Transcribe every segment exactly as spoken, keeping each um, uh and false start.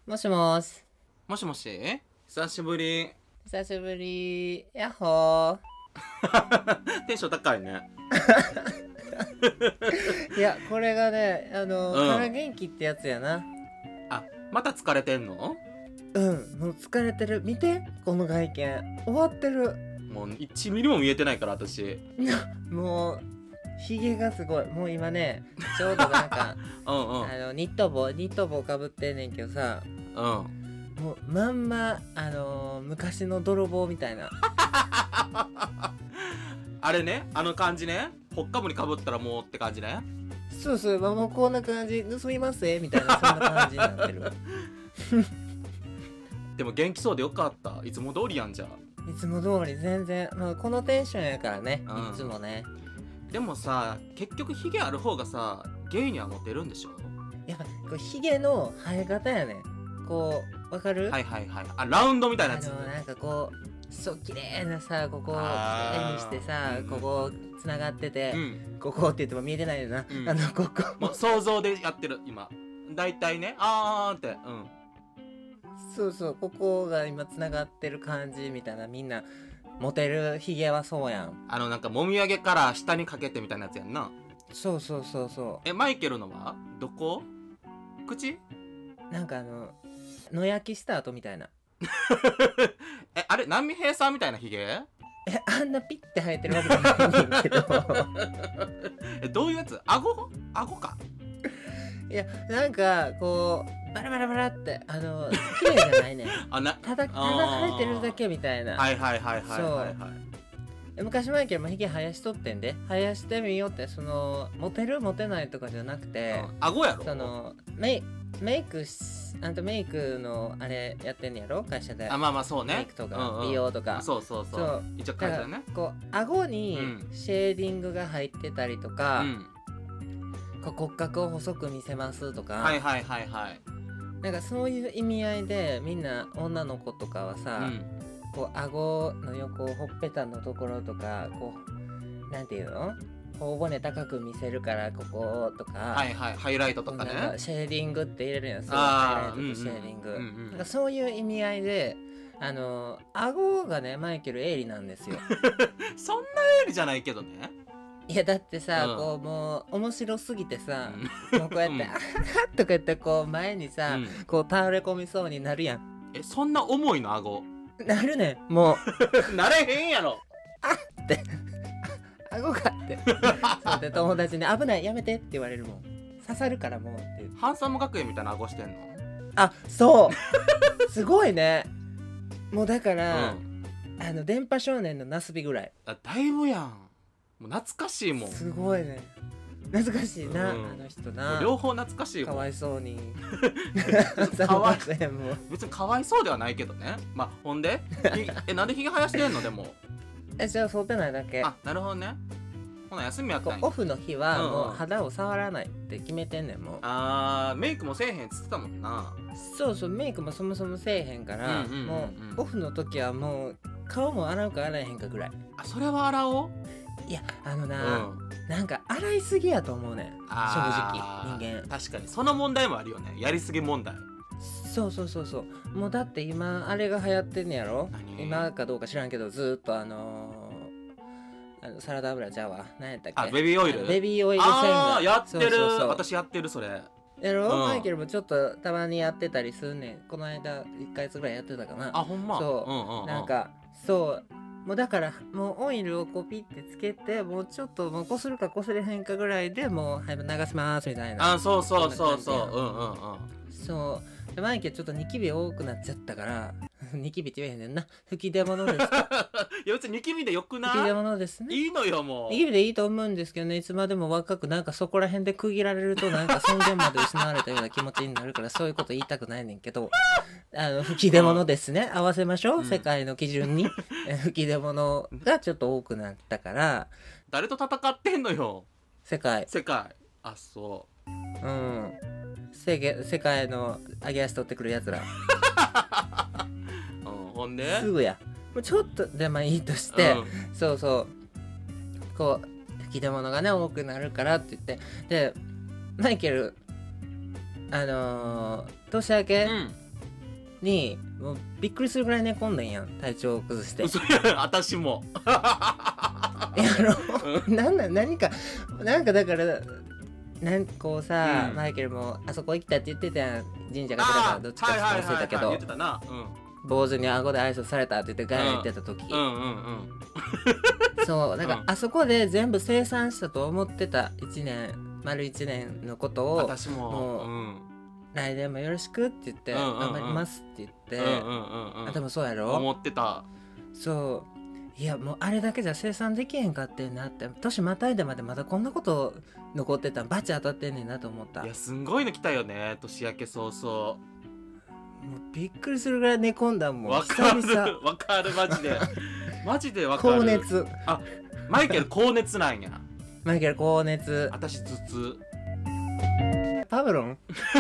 もしもし。 もしもし、久しぶり。 久しぶり。やっほテンション高いね。 ー。いや、これがね、あの、 うんから元気ってやつやな。 あ、また疲れてんの？ うん、もう疲れてる。見て、この外見。終わってる。 もういちミリも見えてないから私。 もう、ひげがすごい。もう今ね、ちょうどなんか、 うんうんあの、ニット帽、ニット帽かぶってんねんけどさ、 うん。 もう、まんま、あのー昔の泥棒みたいな。 あれね、あの感じね。ほっかむにかぶったらもうって感じね。 そうそう、まあもうこんな感じ、盗みますえみたいな、そんな感じになってる。 でも元気そうでよかった。いつも通りやんじゃ。 いつも通り全然、まあ、このテンションやからね、 うんいつもね。 でもさ、結局ヒゲある方がさ、ゲイにはモテるんでしょ？ やっぱこうヒゲの生え方やねん。こうわかる？ はいはいはい。あ、ラウンドみたいなやつ。 あのなんかこうそう綺麗なさ、ここをあー綺麗にしてさ、 うんここつながってて、 うん。 ここって言っても見えてないよな、 うんあのここもう想像でやってる今。だいたいね、あーって、うん。 そうそう、ここが今つながってる感じみたいな。みんなモテるヒゲはそうやん。 あのなんかもみあげから下にかけてみたいなやつやんな。 そうそうそうそえ、マイケルのはどこ？口？ う。なんかあの野焼きした後みたいな。 え、あれ波平さんみたいなヒゲ？ え、あんなピッて生えてるわけじゃないねんけど。 え、どういうやつ？顎？顎か。 いや、なんかこうバラバラバラってあの綺麗じゃないねん。 あ、な、 ただただ生えてるだけみたいな。 はいはいはいはいはいはい。 え昔マイケルもヒゲ生やしとってんで、生やしてみようって。そのモテるモテないとかじゃなくて、 うん、顎やろ？ そのメイメイクしあんたメイクのあれやってんやろ、会社で。 あ、まあまあそうね。 メイクとか、 うんうん美容とか。 そうそうそう。 そう一応だから会社ね。 こう顎にうんシェーディングが入ってたりとか、 うん。 こう骨格を細く見せますとか、 はいはいはいはい。 なんかそういう意味合いでみんな女の子とかはうさ、 ん。 こう顎の横、ほっぺたのところとか、こうなんていうの、頬骨高く見せるからこことか、 はいはい。ハイライトとかねなんか。シェーディングって入れるやん。そう、 あーハイライトとシェーディング、 うんうんうんうんなんかそういう意味合いで、あの顎がねマイケル鋭利なんですよ。 そんなエリじゃないけどね。 いやだってさ、 うんこうもう面白すぎてさ、 うんもうこうやって、 うんあははとか言ってこう前にさ、 うんこう倒れ込みそうになるやん。 え、そんな重いの顎？ なるねん、もうなれへんやろ。 って顎がってそうで友達に危ないやめてって言われるもん。刺さるからもうっていう。 ハンサム学園みたいな顎してんの？ あ、そうすごいね。もうだから、 うん。 あの電波少年のナスビぐらい。 あ、だいぶやん。もう懐かしいもん。 すごいね、懐かしいな、 うんあの人もな。 う両方懐かしいもん。 かわいそうにかわいそうやもう別にかわいそうではないけどね。まあ、ほんでひえ、なんでひげ生やしてんのでも。 え、じゃあ剃ってないだけ。 あ、なるほどね。ほな、休みやったんや。 こうオフの日はうんうんもう肌を触らないって決めてんねん。もうあー、メイクもせえへんっつってたもんな。 そうそう、メイクもそもそもせえへんから、 うんうんうんうんもうオフの時はもう顔も洗うか洗えへんかぐらい。 あ、それは洗おう。 いや、あのうな、 ん。 なんか洗いすぎやと思うねん、正あー直人間。 確かにその問題もあるよね。やりすぎ問題。 そうそうそうそう。もうだって今あれが流行ってんねやろ。 何？ 今かどうか知らんけど、ずーっとあのー、あのサラダ油ちゃうわ、何やったっけ。 あ、ベビーオイル？ あのベビーオイル洗顔。 あー、やってる。 そうそうそう私やってるそれ。 やろ、 うんマイケルもちょっとたまにやってたりすんねん。この間いっかげつぐらいやってたかな。 あ、ほんま。 そう、 んうんうん、 なんかそうもうだからもうオイルをこうピッてつけて、もうちょっともうこするかこすれへんかぐらいでもうはい流しますみたいな。 あ、そうそうそうそう。 そんな感じやうんうんうん。 そうでマイケルちょっとニキビ多くなっちゃったからニキビって言えへんねんな。吹き出物ですかいや別にニキビでよくな吹き出い？ 物ですね。 いいのよもう。 ニキビでいいと思うんですけどね。いつまでも若く、なんかそこら辺で区切られるとなんか尊厳まで失われたような気持ちになるから、そういうこと言いたくないねんけど、あの吹き出物ですね、合わせましょう、 うん世界の基準に。え吹き出物がちょっと多くなったから。 誰と戦ってんのよ世界世界。あ、そうん世界世界の揚げ足取ってくるやつら。 う。うん、ほんですぐやもうちょっとでまあいいとして、 うんそうそうこう吹き出物がね多くなるからって言って、でマイケルあのー、年明け、 うんにもうびっくりするぐらい寝込んだんやん、体調を崩して。 嘘や私もやろなんなん何かなんかだからなんかこうさ、 うんマイケルもあそこ行きたいって言ってたやん、神社が寺かどっちかちょっと忘れたけど、 言ってたな、 坊主に顎で挨拶されたって言ってガヤ言ってた時、 うん、うんうんうんそうだから、 うんあそこで全部清算したと思ってたいちねん丸いちねんのことを私ももううん来年もよろしくって言って、 うんうんうん頑張りますって言って、 うんうんうんうんあでもそうやろ、 思ってた。 そういやもうあれだけじゃ生産できへんかってんなって、年またいでまでまだこんなこと残ってたんバチ当たってんねんなと思った。もいやすんごいの来たよね、年明け早々。 うびっくりするぐらい寝込んだもんわかる久々 わかるマジでマジでわかる。 高熱、 あマイケル高熱なんや。 マイケル高熱、 私頭痛。 パブロン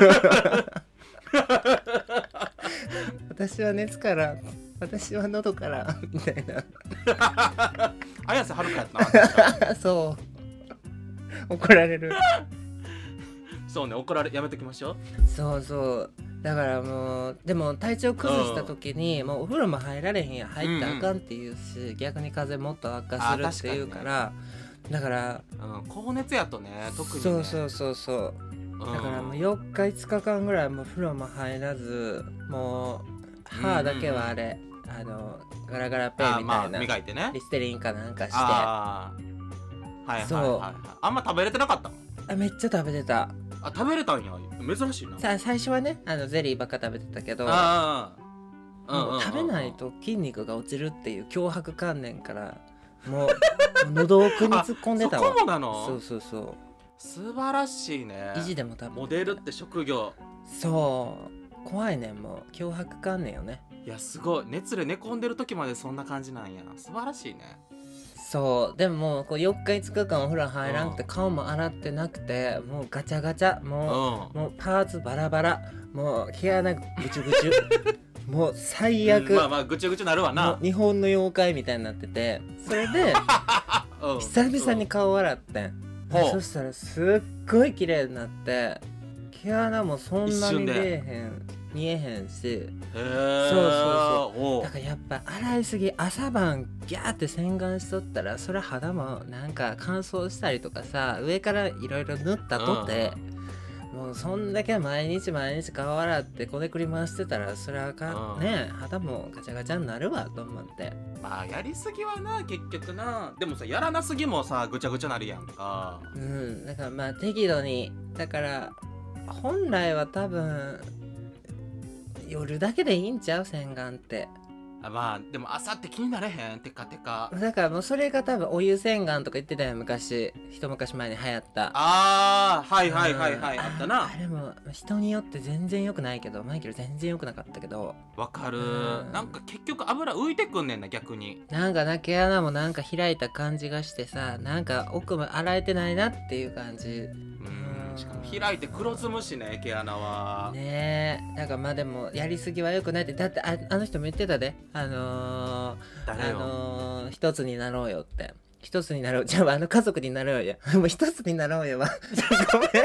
私は熱から私は喉からみたいな綾瀬はるかやったなそう怒られるそうね、怒られやめときましょう。 そうそうだからもうでも体調崩した時にもうお風呂も入られへんや入ったらあかんって言うし、逆に風邪もっと悪化するっていうからだから、 うん、高熱やとね特にね。 そうそうそうそうだからもうよっかいつかかんぐらいもう風呂も入らずもう歯だけはあれ、あのガラガラペンみたいな、 あ、まあ、磨いてね。 リステリンかなんかしてあーはいはいはいはい。あんま食べれてなかったの？ あめっちゃ食べてた。 あ食べれたんや、珍しいな。 さ最初はねあのゼリーばっか食べてたけどああ、 もう食べないと筋肉が落ちるっていう強迫観念からもう喉奥に突っ込んでたわ。 そこもなの？ そうそうそう素晴らしいね。 意地でも多分モデルって職業。 そう怖いねんもう強迫観念よね。 いやすごい、熱で寝込んでる時までそんな感じなんや。素晴らしいね。 そうでももうこうよっかいつかかんお風呂入らんくて、 うん顔も洗ってなくてもうガチャガチャもう、 うんもうパーツバラバラもう毛穴ぐちゅぐちゅもう最悪、 うんまあまあぐちゅぐちゅなるわもなう。日本の妖怪みたいになっててそれでうん久々に顔洗ってん、 ほうそしたらすっごい綺麗になって毛穴もそんなに見えへん見えへんし、 へえ。 そうそうそうだからやっぱ洗いすぎ朝晩ギャーって洗顔しとったらそれ肌もなんか乾燥したりとかさ上からいろいろ塗ったとて、もうそんだけ毎日毎日顔洗ってこねくり回してたらそれはか、 うんね肌もガチャガチャになるわと思って。 まあやりすぎはな結局な。でもさやらなすぎもさぐちゃぐちゃなるやんか。 うんだからまあ適度にだから本来は多分夜だけでいいんちゃう洗顔って。 あまあでも朝って気になれへん。テカテカ。 だからもうそれが多分お湯洗顔とか言ってたよ昔一昔前に流行ったあーはいはいはいはい、 うんあったな。 あれも人によって全然良くないけどマイケル全然良くなかったけどわかる、 うんなんか結局油浮いてくんねんな逆に。 なんかな毛穴もなんか開いた感じがしてさなんか奥も洗えてないなっていう感じうんしかも開いて黒ずむしね毛穴は。 ねえだからまあでもやりすぎは良くないってだってああの人も言ってたであのー、あ誰よ、 のー、一つになろうよって一つになろうじゃああの家族になろうよもう一つになろうよはごめん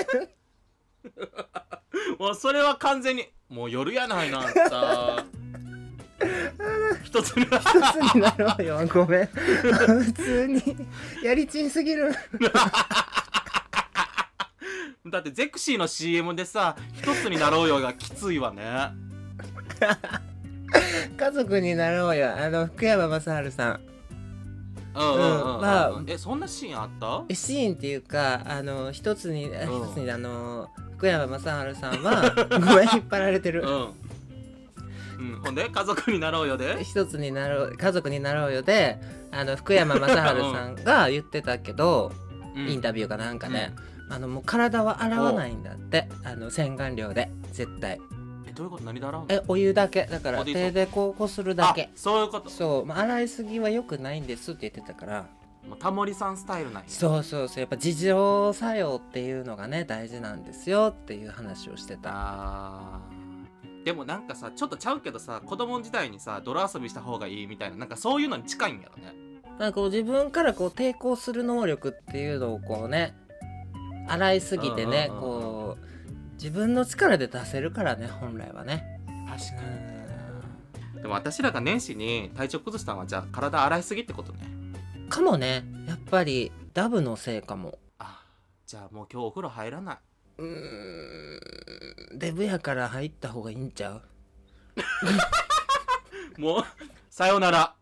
もうそれは完全にもう夜やないなあんた一つに一つになろうよごめん普通にやりちんすぎるだってゼクシーの シーエム でさ一つになろうよがきついわね家族になろうよあの福山雅治さんうんうんうん、うん、 まあえそんなシーンあった？ シーンっていうかあの一つに、うん、一つにあの福山雅治さんはごめん引っ張られてる、 うんうん、ほんで家族になろうよで一つになろう家族になろうよであの福山雅治さんが言ってたけど、うん、インタビューかなんかね、うん、あのもう体は洗わないんだってあの洗顔料で絶対。 えどういうこと？何で洗うの？ えお湯だけだから手でこうこするだけ。 そういうこと。 そう、まあ、洗いすぎは良くないんですって言ってたからもうタモリさんスタイルなんや。 そうそうそうやっぱ自浄作用っていうのがね大事なんですよっていう話をしてた。 あでもなんかさちょっとちゃうけどさ子供時代にさ泥遊びした方がいいみたいななんかそういうのに近いんやろね。 なんかこう自分からこう抵抗する能力っていうのをこうね洗いすぎてねこう自分の力で出せるからね本来はね。 確かにでも私らが年始に体調崩したのはじゃあ体洗いすぎってことね。 かもね。やっぱりダブのせいかも。 あ、じゃあもう今日お風呂入らない。 うーん、デブやから入った方がいいんちゃう？ もうさよなら。